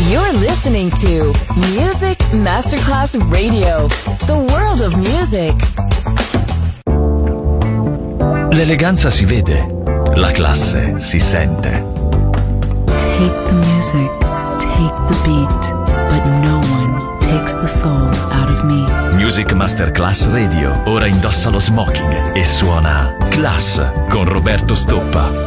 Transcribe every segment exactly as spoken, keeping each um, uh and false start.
You're listening to Music Masterclass Radio, the world of music. L'eleganza si vede, la classe si sente. Take the music, take the beat, but no one takes the soul out of me. Music Masterclass Radio, ora indossa lo smoking e suona Class con Roberto Stoppa.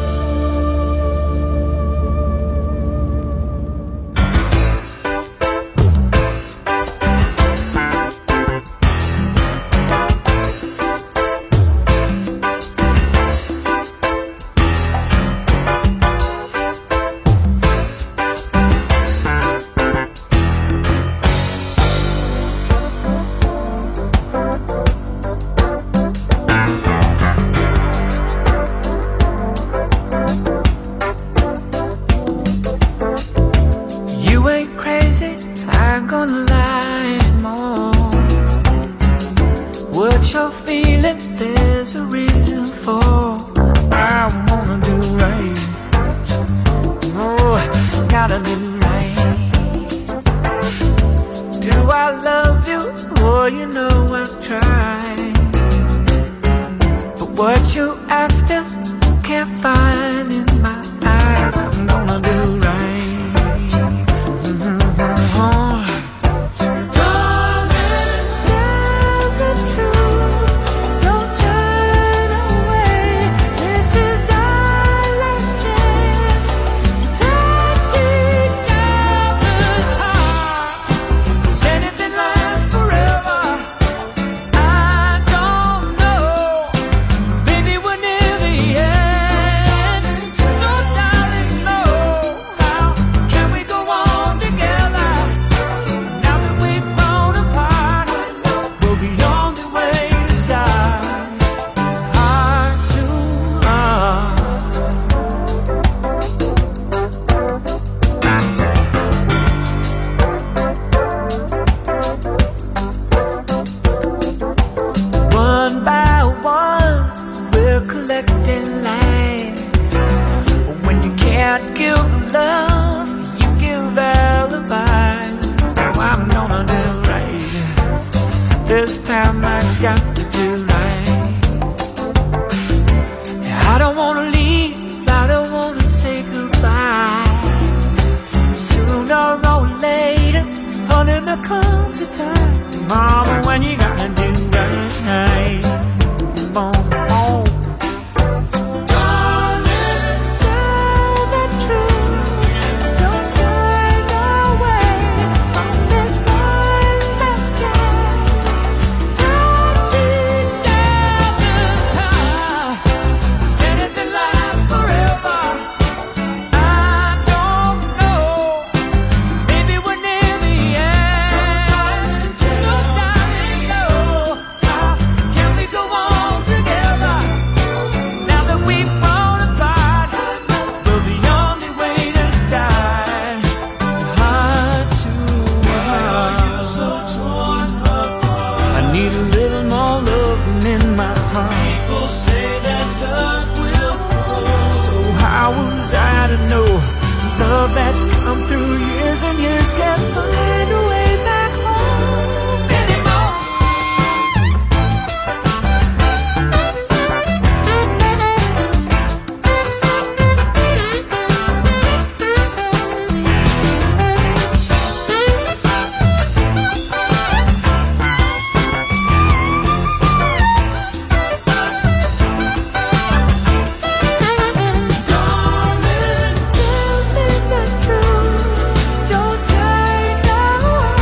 Don't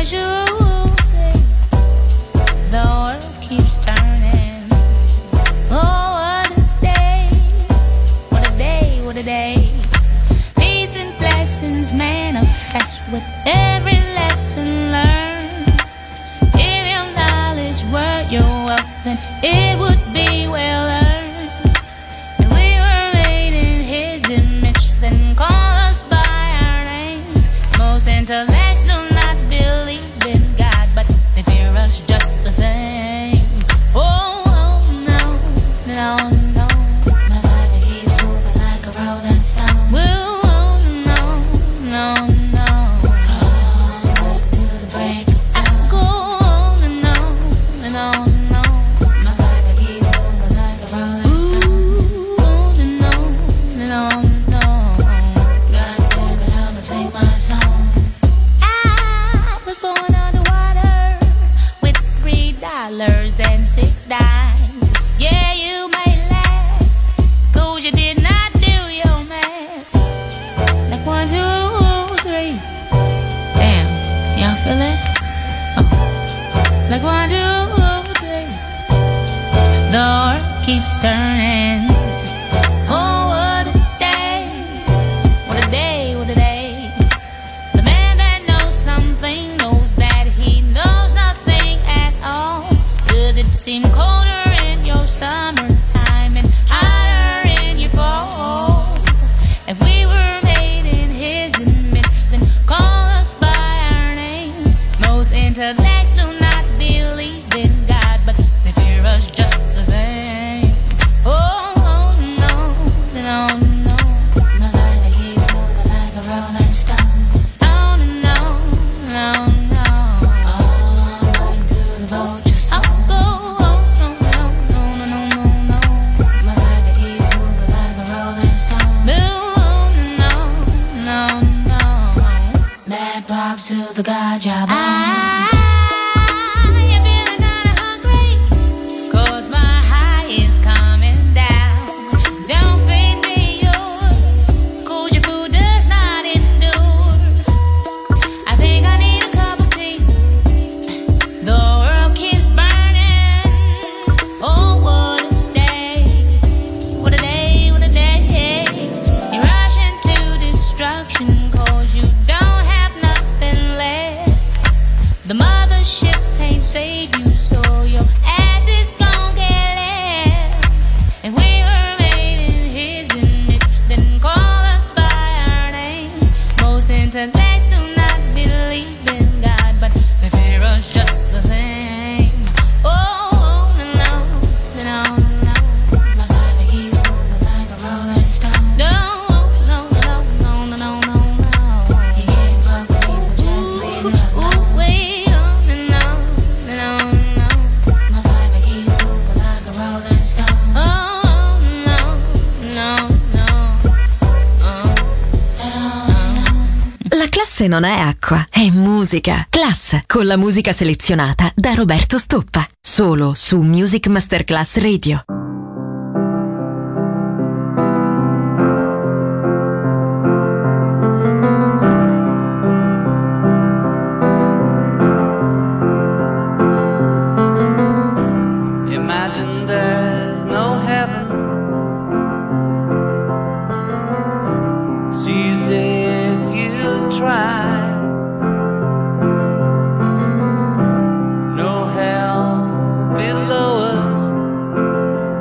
you say the world keeps turning. Oh, what a day, what a day, what a day. Peace and blessings manifest with every lesson learned. If your knowledge were your wealth, then it would be well earned. If we were made in His image, then call us by our names. Most intellects do not believe in God, but they fear us just the same. Oh, oh no, no, no. My life keeps moving like a rolling stone. Whoa, oh, no, no, no. Oh, to the break of dawn. I go on and on and on and on. My life keeps moving like a rolling stone. Ooh, on and on and on and on. God damn it, I'ma sing my song. I was born underwater with three dollars and six dimes. Yeah, you may laugh, 'cause you did not do your math. Like one, two, three. Damn, y'all feel that? Oh. Like one, two, three. The earth keeps turning. Oh, what a day, what a day, what a day. The man that knows something knows that he knows nothing at all. Does it seem colder in your summertime and hotter in your fall? If we were made in His image, then call us by our names. Most intellects do not believe in God, but they fear us just the same. Oh, oh no, no, no. My life keeps moving like a rolling stone. Oh, no, no, no. Oh, going to the vulture song. I'll go, oh, no, no, no, no, no, no. My life keeps moving like a rolling stone. Oh, no, no, no. Mad props to the God job. I, you feeling kinda hungry? 'Cause my high is coming down. Don't feed me yours, 'cause your food does not endure. I think I need a cup of tea. The world keeps burning. Oh, what a day, what a day, what a day. You rush into destruction 'cause you don't have nothing left. The mothership can't save you, so your ass is gon' get left. If we were made in His image, then call us by our names. Most intellects do not believe in God, but they fear us just the same. Oh, no, no, no, no. My life keeps moving like a rolling stone. No, no, no, no, no, no, no, no. You can't fuck with me, so just leave it alone. Ooh, wait, oh, no, no, no, no. My life keeps moving like a rolling stone. Oh, no, no, no. Oh, no, no. La classe non è acqua, è musica. Class, con la musica selezionata da Roberto Stoppa. Solo su Music Masterclass Radio. Imagine there's no heaven. It's easy if you try. No hell below us.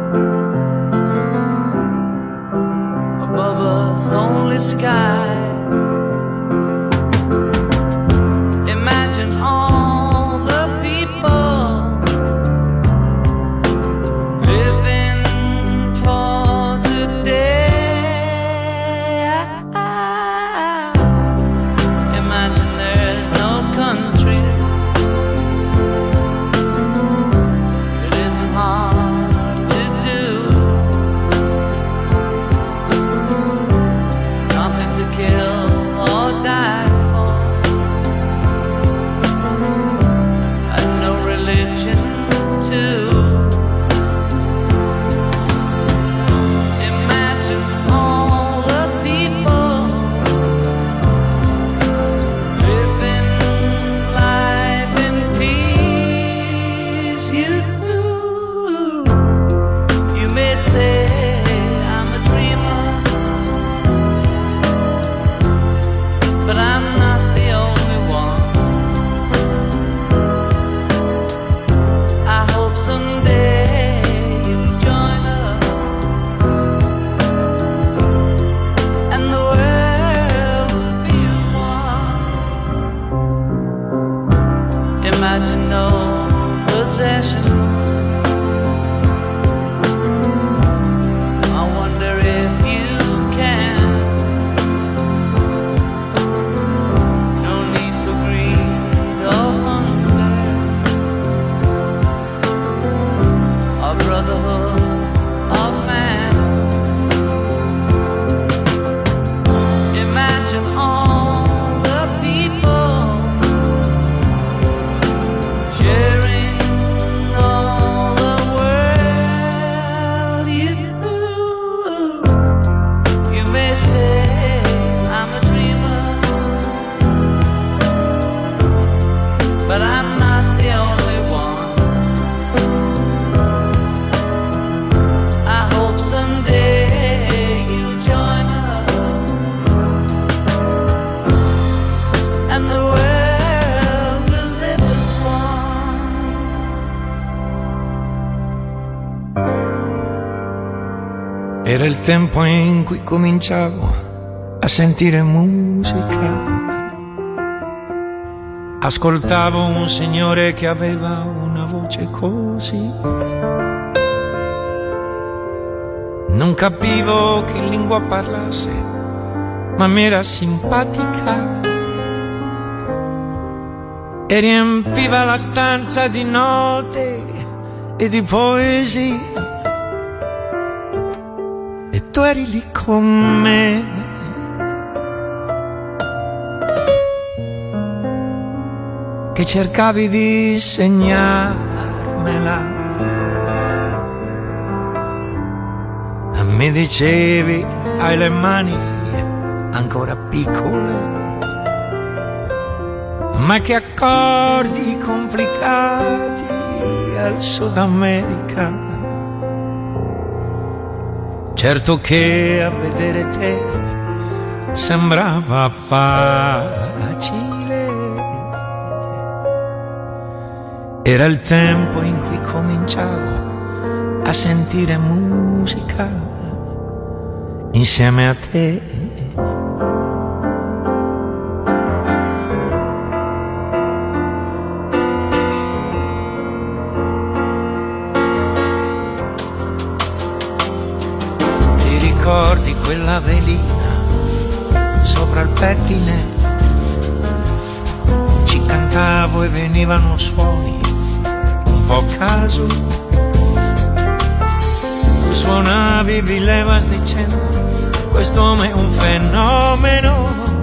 Era il tempo in cui cominciavo a sentire musica. Ascoltavo un signore che aveva una voce così. Non capivo che lingua parlasse, ma mi era simpatica. E riempiva la stanza di note e di poesie. E tu eri lì con me, che cercavi di segnarmela. E mi dicevi, hai le mani ancora piccole, ma che accordi complicati al Sud America. Certo che a vedere te sembrava facile. Era il tempo in cui cominciavo a sentire musica insieme a te. Ricordi quella velina sopra il pettine? Ci cantavo e venivano suoni un po' a caso. Tu suonavi Bill Evans dicendo quest'uomo è un fenomeno.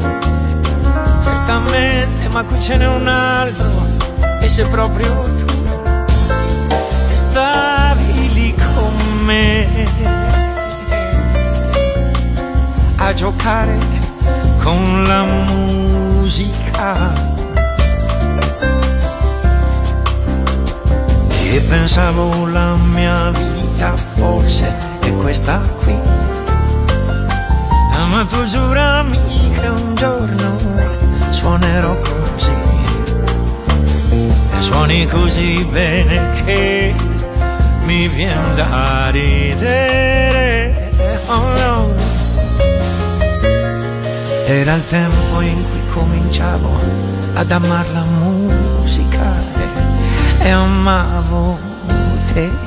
Certamente, ma qui ce n'è un altro, e se proprio tu e stavi lì con me a giocare con la musica. E pensavo la mia vita forse è questa qui. Ma tu giurami che un giorno suonerò così, e suoni così bene che mi viene da ridere. Oh no. Era il tempo in cui cominciavo ad amar la musica e amavo te.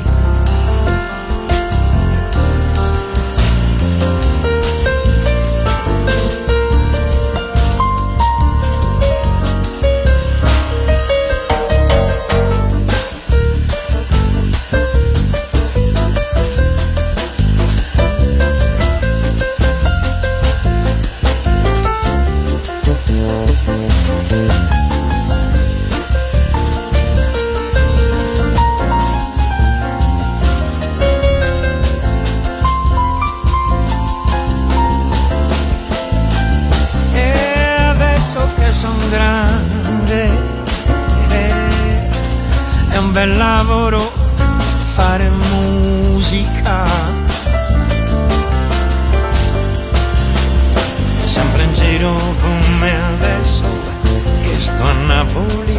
Bel lavoro fare musica, sempre in giro con me adesso che sto a Napoli.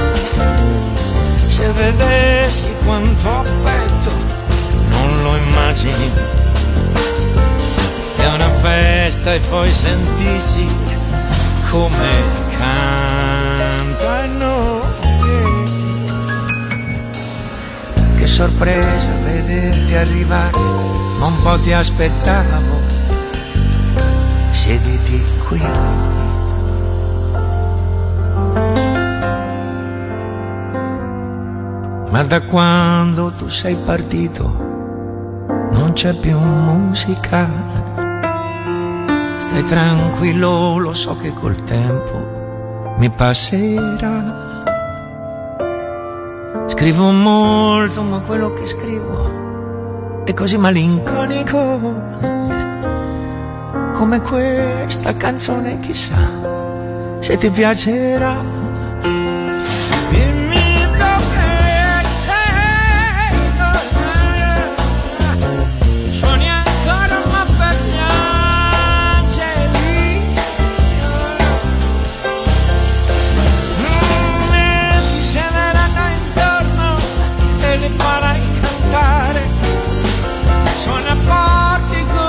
Se vedessi quanto affetto non lo immagini. È una festa e poi sentissi come canta e noi. Che sorpresa vederti arrivare, ma un po' ti aspettavo. Siediti qui. Ma da quando tu sei partito non c'è più musica. Stai tranquillo, lo so che col tempo mi passerà. Scrivo molto, ma quello che scrivo è così malinconico, come questa canzone, chissà se ti piacerà. Dimmi dove sei, suoni ancora ma per gli angeli. Mi sederanno intorno e li farai cantare. Suona forti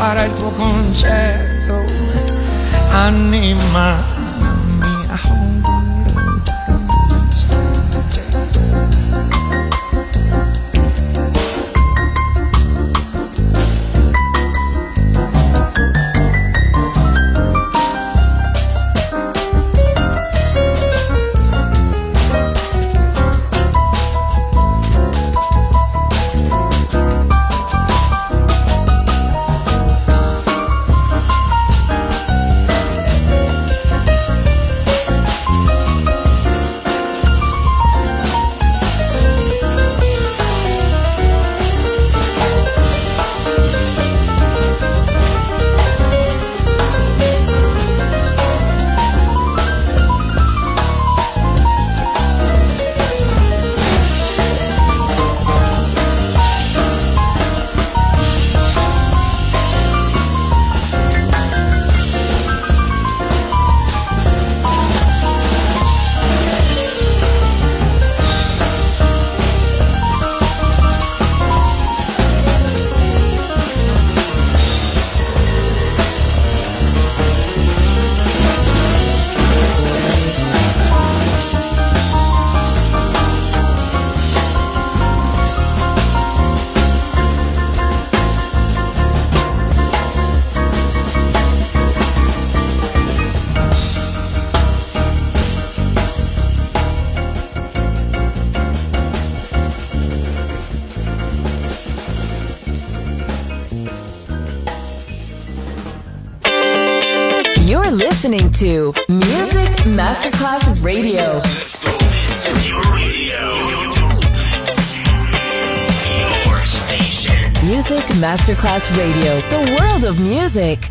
farà il tuo concerto, anima mia. Listening to Music Masterclass Radio. This is your radio. Your station. Music Masterclass Radio. The world of music.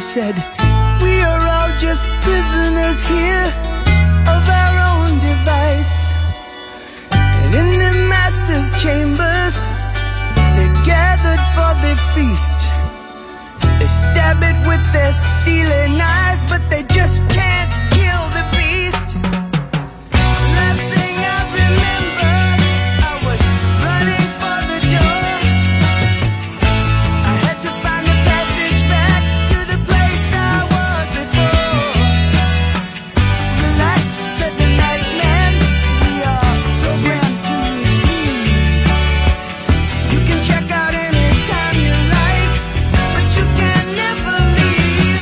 said, we are all just prisoners here of our own device. And in the master's chambers, they're gathered for the feast. They stab it with their steely knives, but they just can't kill the beast. Last thing I remember, I was running for the door. I had to find the passage back to the place I was before. Relax, said the night man, we are programmed to receive. You can check out anytime you like, but you can never leave.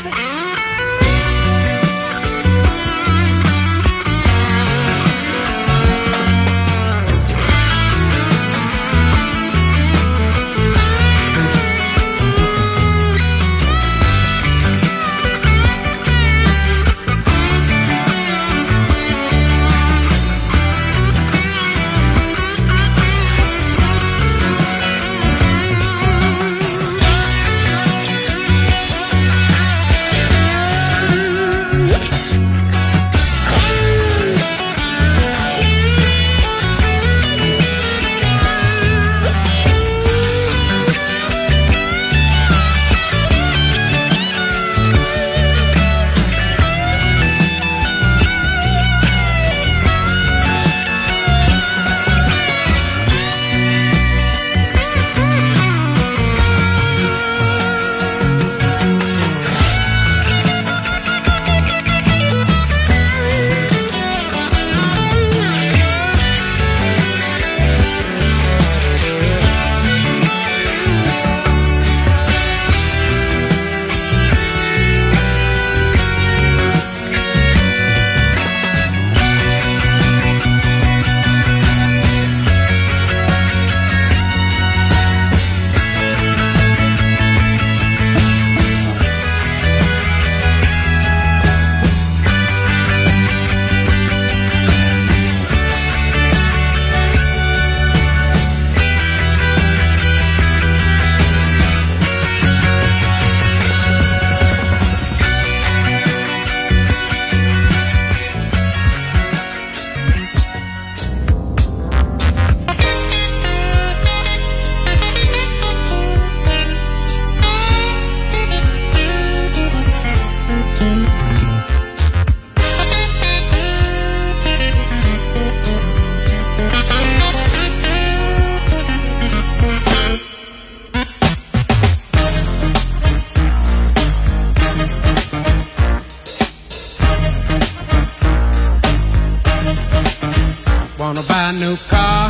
Wanna buy a new car,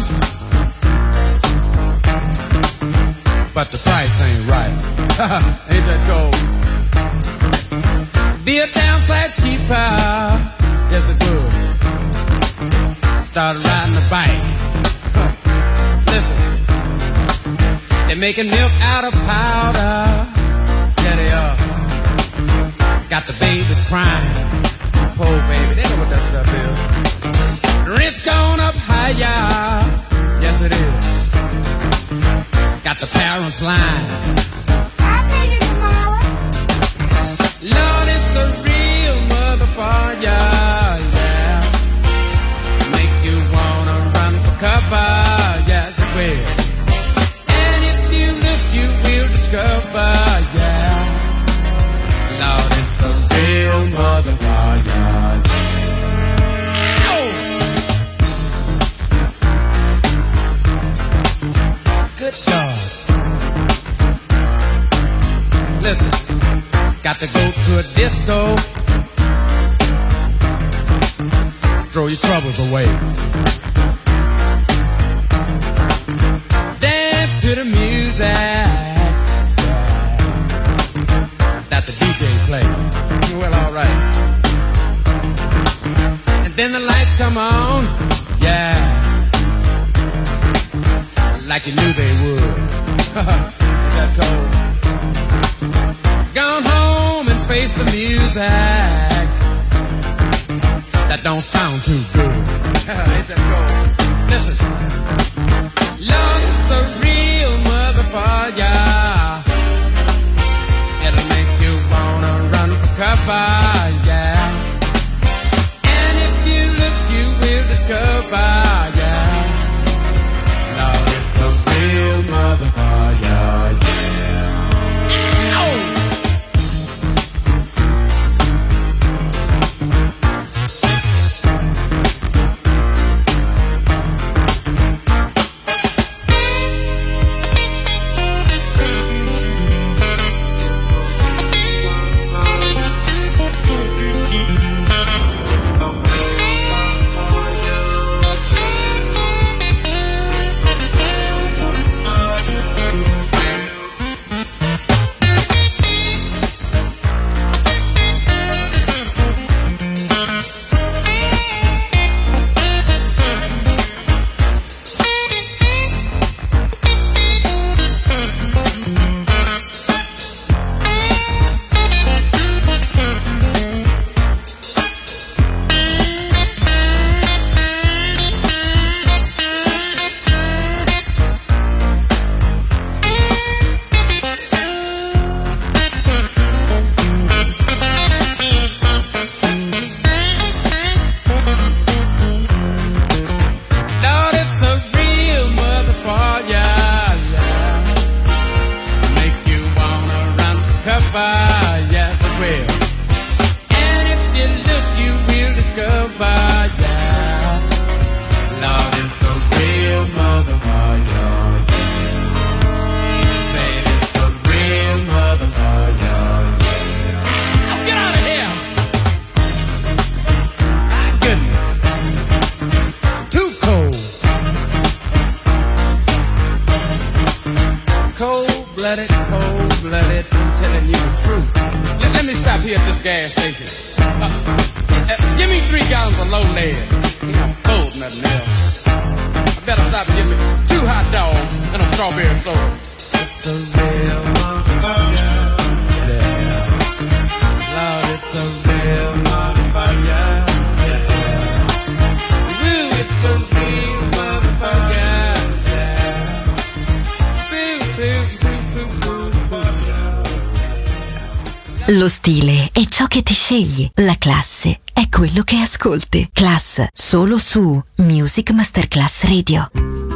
but the price ain't right. Ain't that cold? Be a damn sight cheaper, yes it would. Start riding a bike. Listen, they're making milk out of powder. Yeah, they are. Got the babies crying. Poor baby, they know what that stuff is. Rent's gone up higher, yes it is. Got the parents lying. I'll pay you tomorrow. Lord, it's a real motherfucker, yeah. Make you wanna run for cover, yes it will. And if you look, you will discover, yeah. Lord, it's a real motherfucker. Good God. Listen, got to go to a disco. Throw your troubles away. Dance to the music that the D J play. Well, alright. And then the lights come on. Yeah. Like you knew they would. Is that cold? Gone home and face the music that don't sound too good. Ain't that cold? Listen, Lord, it's a real motherfucker. It'll make you wanna run. discover, yes it will. And if you look, you will discover, yeah. Lord, it's a real motherfucker. Say it's a real motherfucker. Oh, get out of here! My goodness. Too cold. Cold-blooded, cold-blooded, I'm telling you the truth. Let, let me stop here at this gas station. Uh, uh, give me three gallons of low lead. Ain't no fold, nothing else. I better stop and give me two hot dogs and a strawberry soda. It's a real motherfucker. Yeah. Lord, it's a real motherfucker. Yeah. Ooh, it's a real motherfucker. Lo stile è ciò che ti scegli, la classe è quello che ascolti. Class solo su Music Masterclass Radio.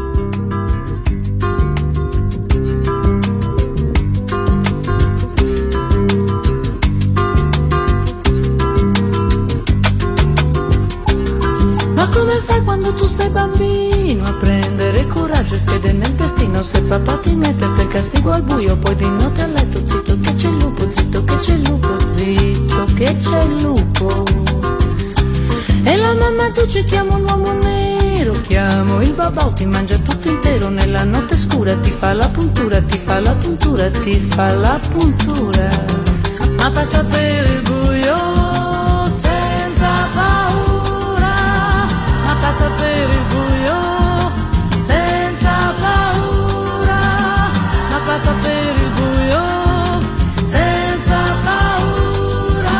Ma come fai quando tu sei bambino a prendere coraggio e fede nel destino? Se papà ti mette per castigo al buio, poi di notte a letto, zitto che c'è il lupo, zitto che c'è il lupo, zitto che c'è il lupo. E la mamma dice chiamo un uomo nero, chiamo il babà, ti mangia tutto intero, nella notte scura ti fa la puntura, ti fa la puntura, ti fa la puntura. Ma passa per il buio senza paura, ma passa per il buio senza paura, ma passa per il buio senza paura.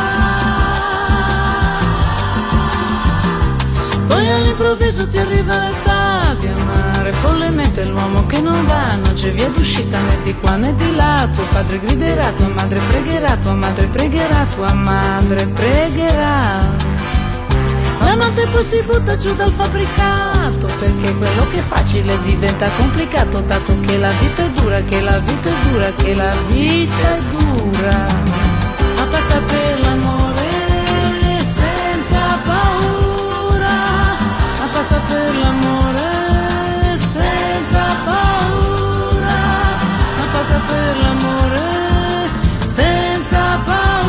Poi all'improvviso ti arriva l'età di amare follemente l'uomo che non va, non c'è via d'uscita né di qua né di là. Tuo padre griderà, tua madre pregherà, tua madre pregherà, tua madre pregherà. La notte poi si butta giù dal fabbricato, perché quello che è facile diventa complicato, dato che la vita è dura, che la vita è dura, che la vita è dura. Ma passa per l'amore senza paura, ma passa per l'amore senza paura, ma passa per l'amore senza paura.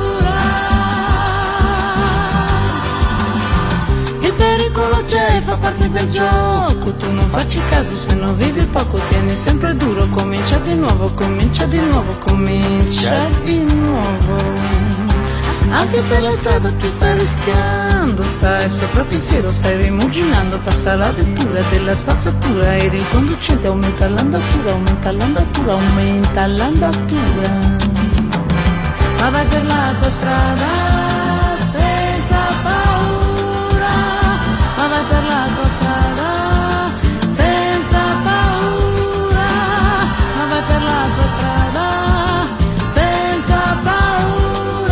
Il pericolo c'è, fa parte del gioco, tu non facci caso se non vivi poco, tieni sempre duro, comincia di nuovo, comincia di nuovo, comincia di nuovo. Anche per la strada tu stai rischiando, stai sopra pensiero, stai rimuginando, passa la vettura della spazzatura ed il conducente aumenta l'andatura, aumenta l'andatura, aumenta l'andatura. Ma vai per la tua strada senza paura, ma vai per la tua strada senza paura, ma vai per la tua strada senza paura.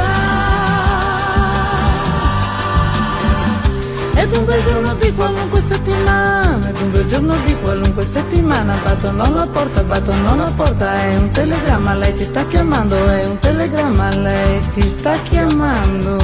Ed un bel giorno di qualunque settimana, ed un bel giorno di qualunque settimana, battono alla porta, battono alla porta, è un telegramma, lei ti sta chiamando, è un telegramma, lei ti sta chiamando.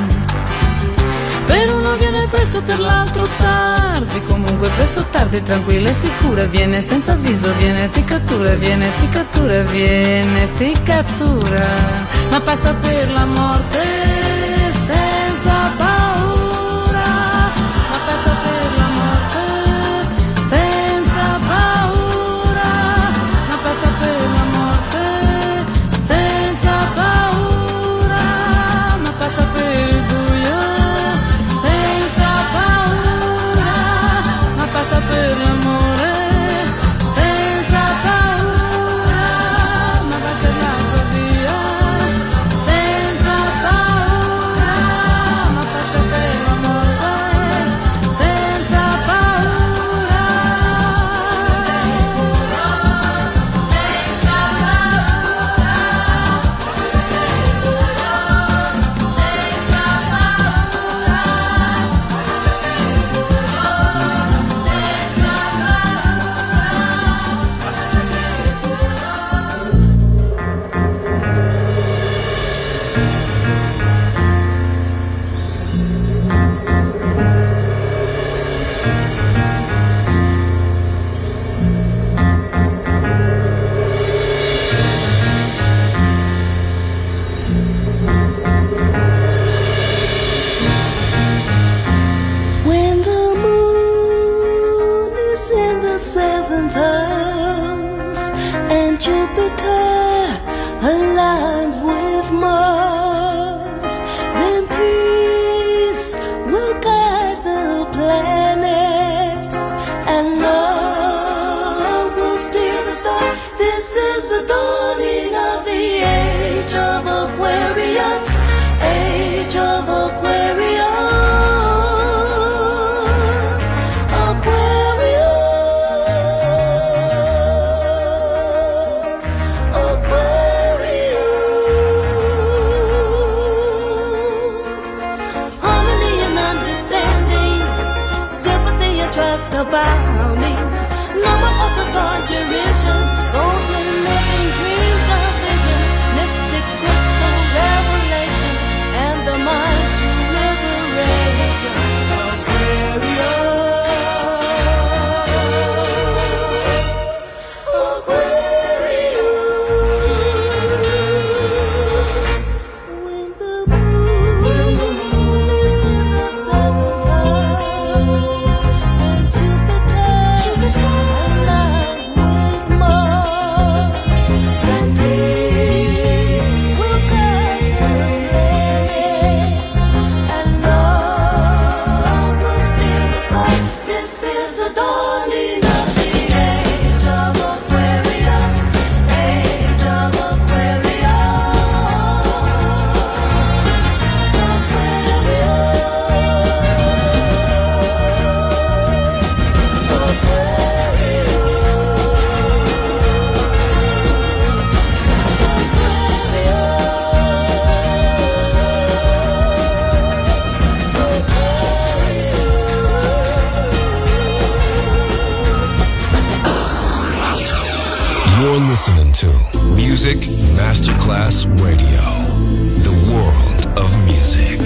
Per uno viene presto, per l'altro tardi, comunque presto o tardi, tranquilla e sicura, viene senza avviso, viene ti cattura, viene ti cattura, viene ti cattura. Ma passa per la morte senza paura, ma passa per la morte senza paura, ma passa per la morte senza paura, ma passa per il buio senza paura, ma passa per l'amore senza paura, ma va per la tua via senza paura. aligns with Mars, then peace will guide the planets, and love will steer the stars. This is the dawning of the age of Aquarius, age of Aquarius, Aquarius, Aquarius. Harmony and understanding, sympathy and trust abounding. No more fuss or derisions, golden living dreams of vision, mystic crystal revelation, and the mind's true liberation. Aquarius, Aquarius. When the moon is in the seventh house, and Jupiter aligns with Mars, then peace will guide the planets, and love will steer the stars. This is the dawning of the age of Aquarius, age of Aquarius, You're listening to Music Masterclass Radio, the world of music.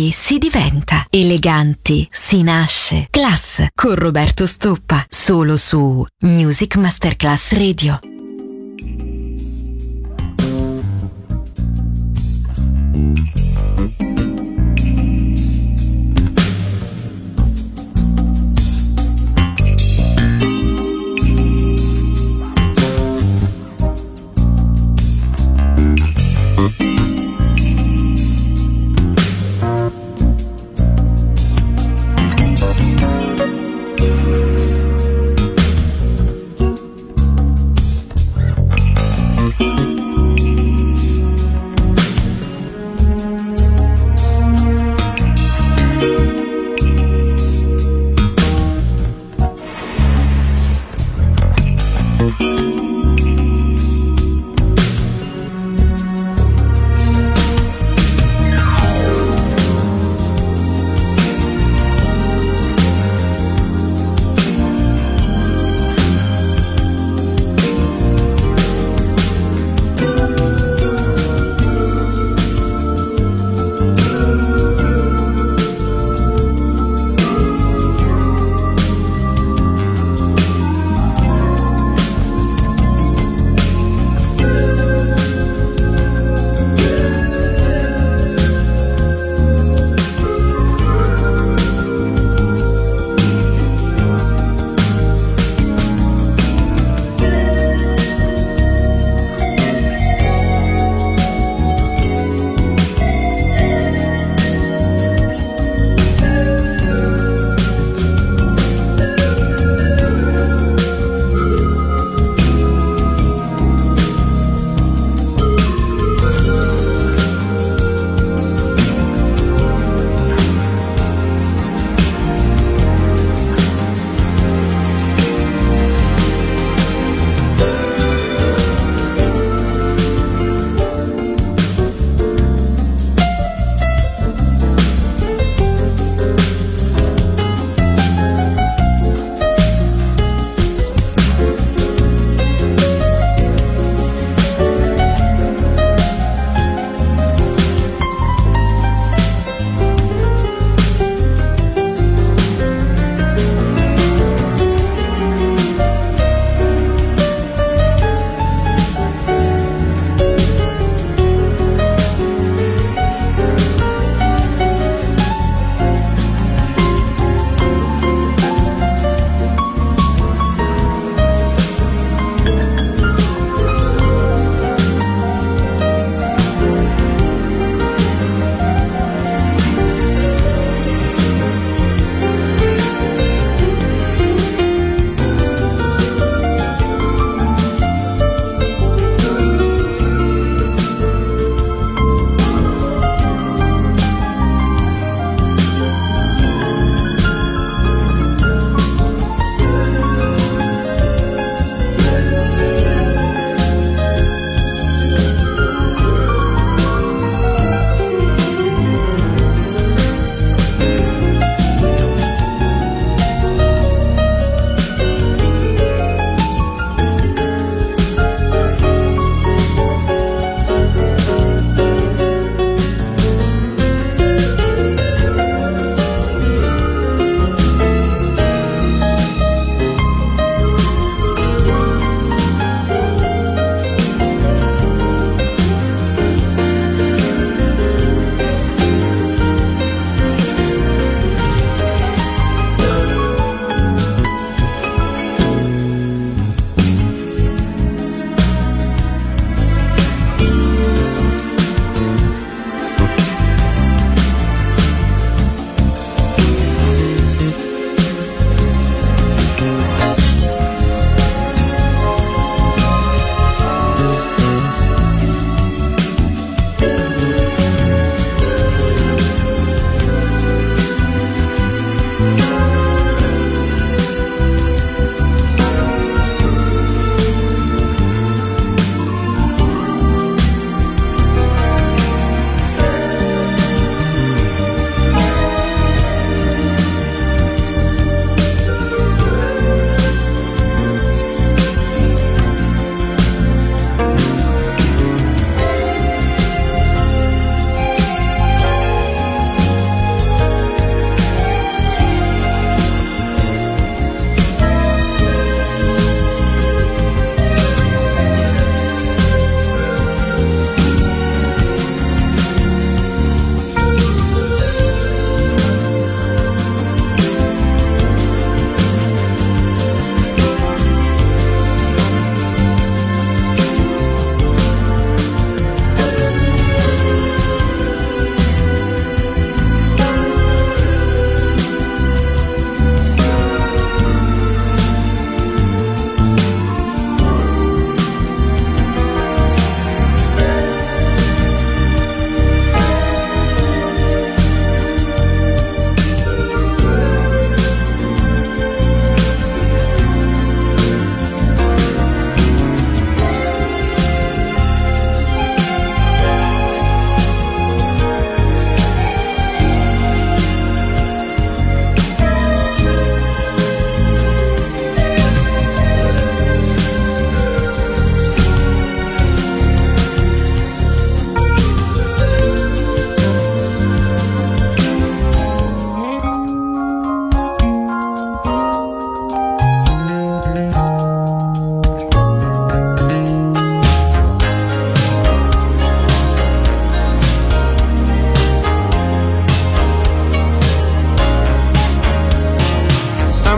Grandi si diventa, eleganti si nasce. Class con Roberto Stoppa, solo su Music Masterclass Radio.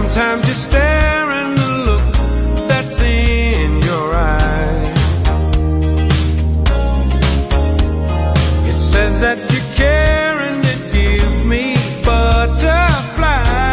Sometimes you stare and the look that's in your eye, it says that you care and it gives me butterflies.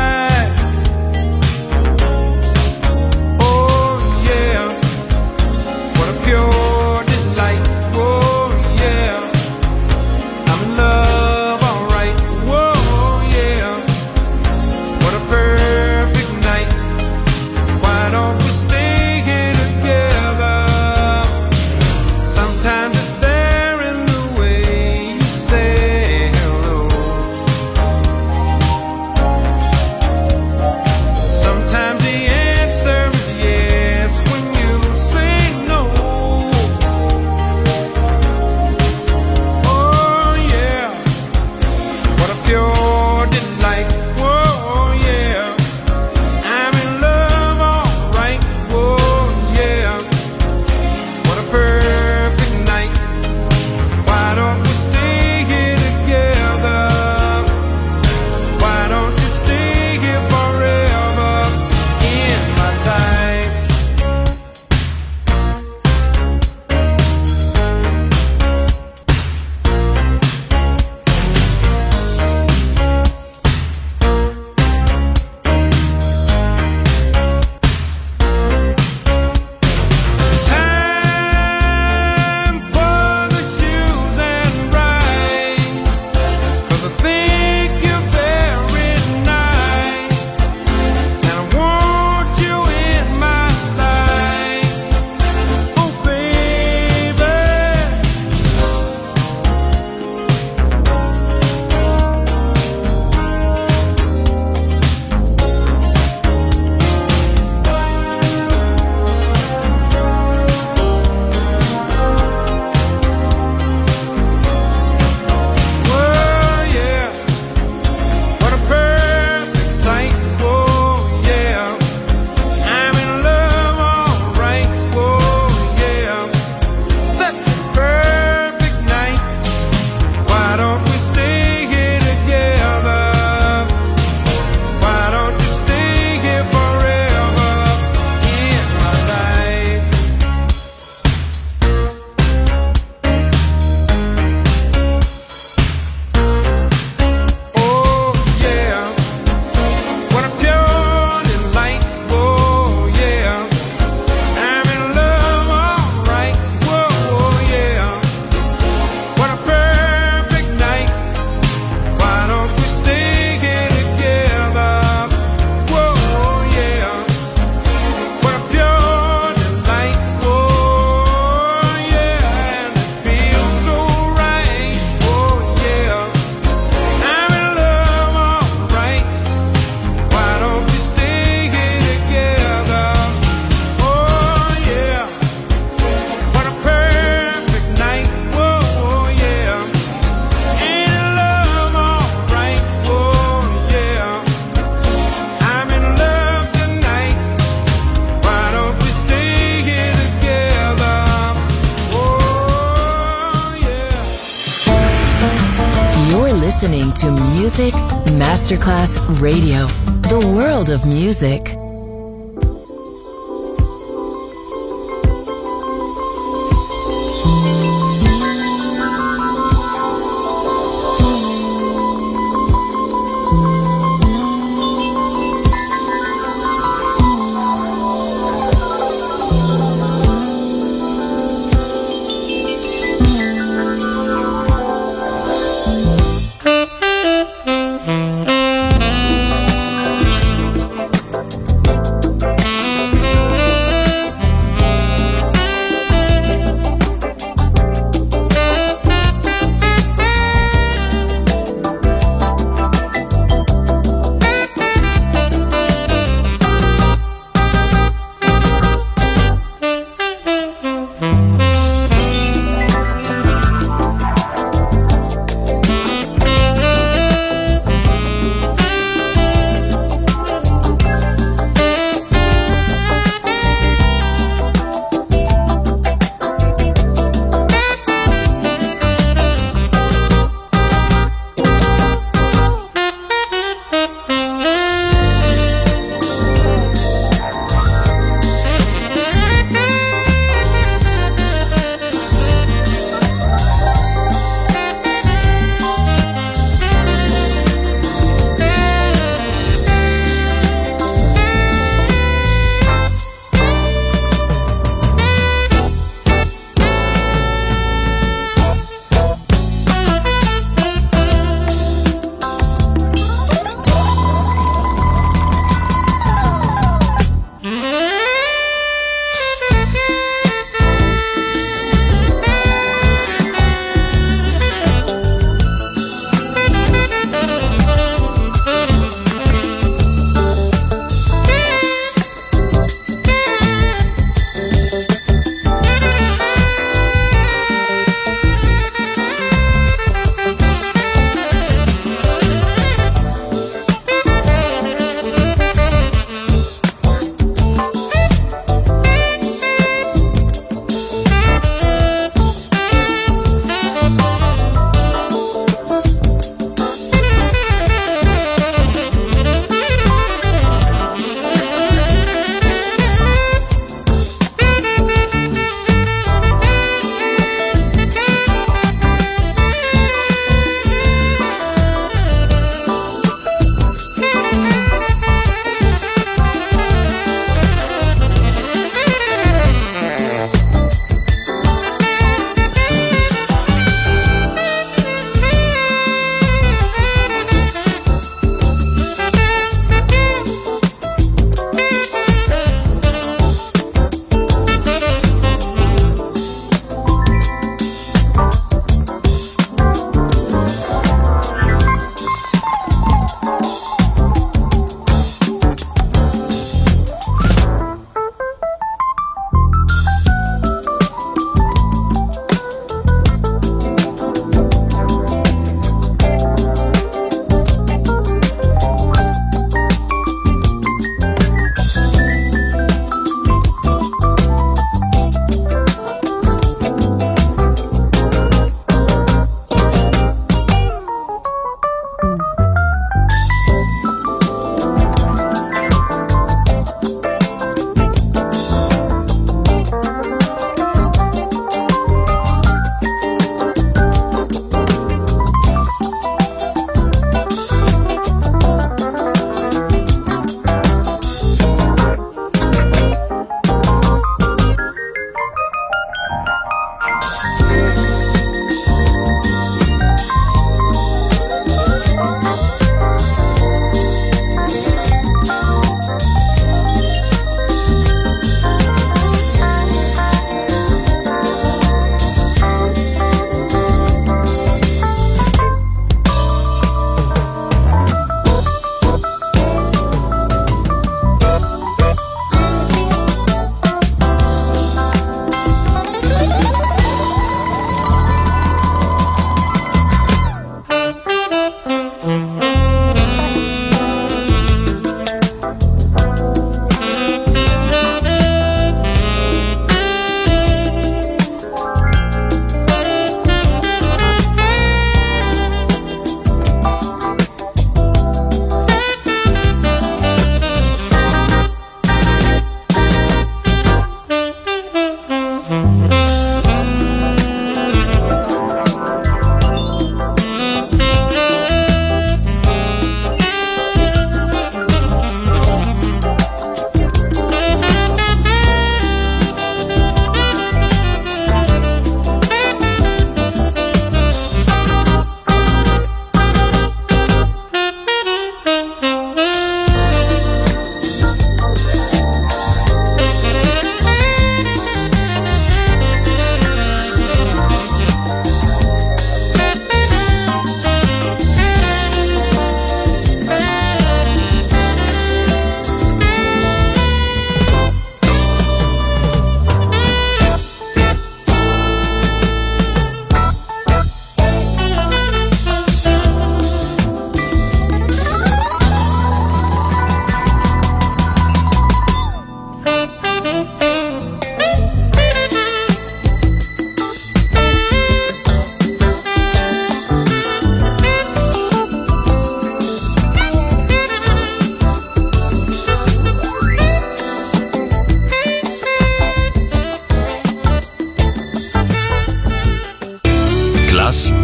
Oh yeah, what a pure delight. Oh yeah, I'm in love, alright. Whoa yeah, what a perfect night. Why don't we stay here together? Sometimes it's there in the way you say hello. Sometimes the answer is yes when you say no. Oh yeah, what a pure delight. Whoa yeah, I'm in love, alright. Whoa yeah, what a perfect night. Why don't we stay here together? Why don't you stay here forever in my life? Time for the shoes and rides, 'cause I think you're very nice, and I want you in my life. Oh baby, oh yeah, what a perfect sight. Oh yeah, I'm in love, alright. Oh yeah, such a perfect night. Why don't we stay here together? Why don't you stay here forever in my life? Oh yeah, what a pure delight. Oh yeah, I'm in love, alright. Whoa yeah, what a perfect night. Why don't we stay here together? Whoa yeah, what a pure delight. Oh yeah, and it feels so right. Oh yeah, I'm in love, alright. Why don't we stay here together? Oh yeah, what a perfect night. Whoa yeah, in love, alright. Oh yeah, I'm in love tonight. Why don't we stay here together? Oh yeah. You're listening to Music Masterclass Radio, the world of music.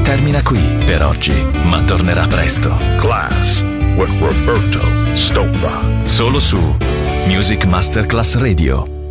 termina qui per oggi, ma tornerà presto. Class with Roberto Stoppa. Solo su Music Masterclass Radio.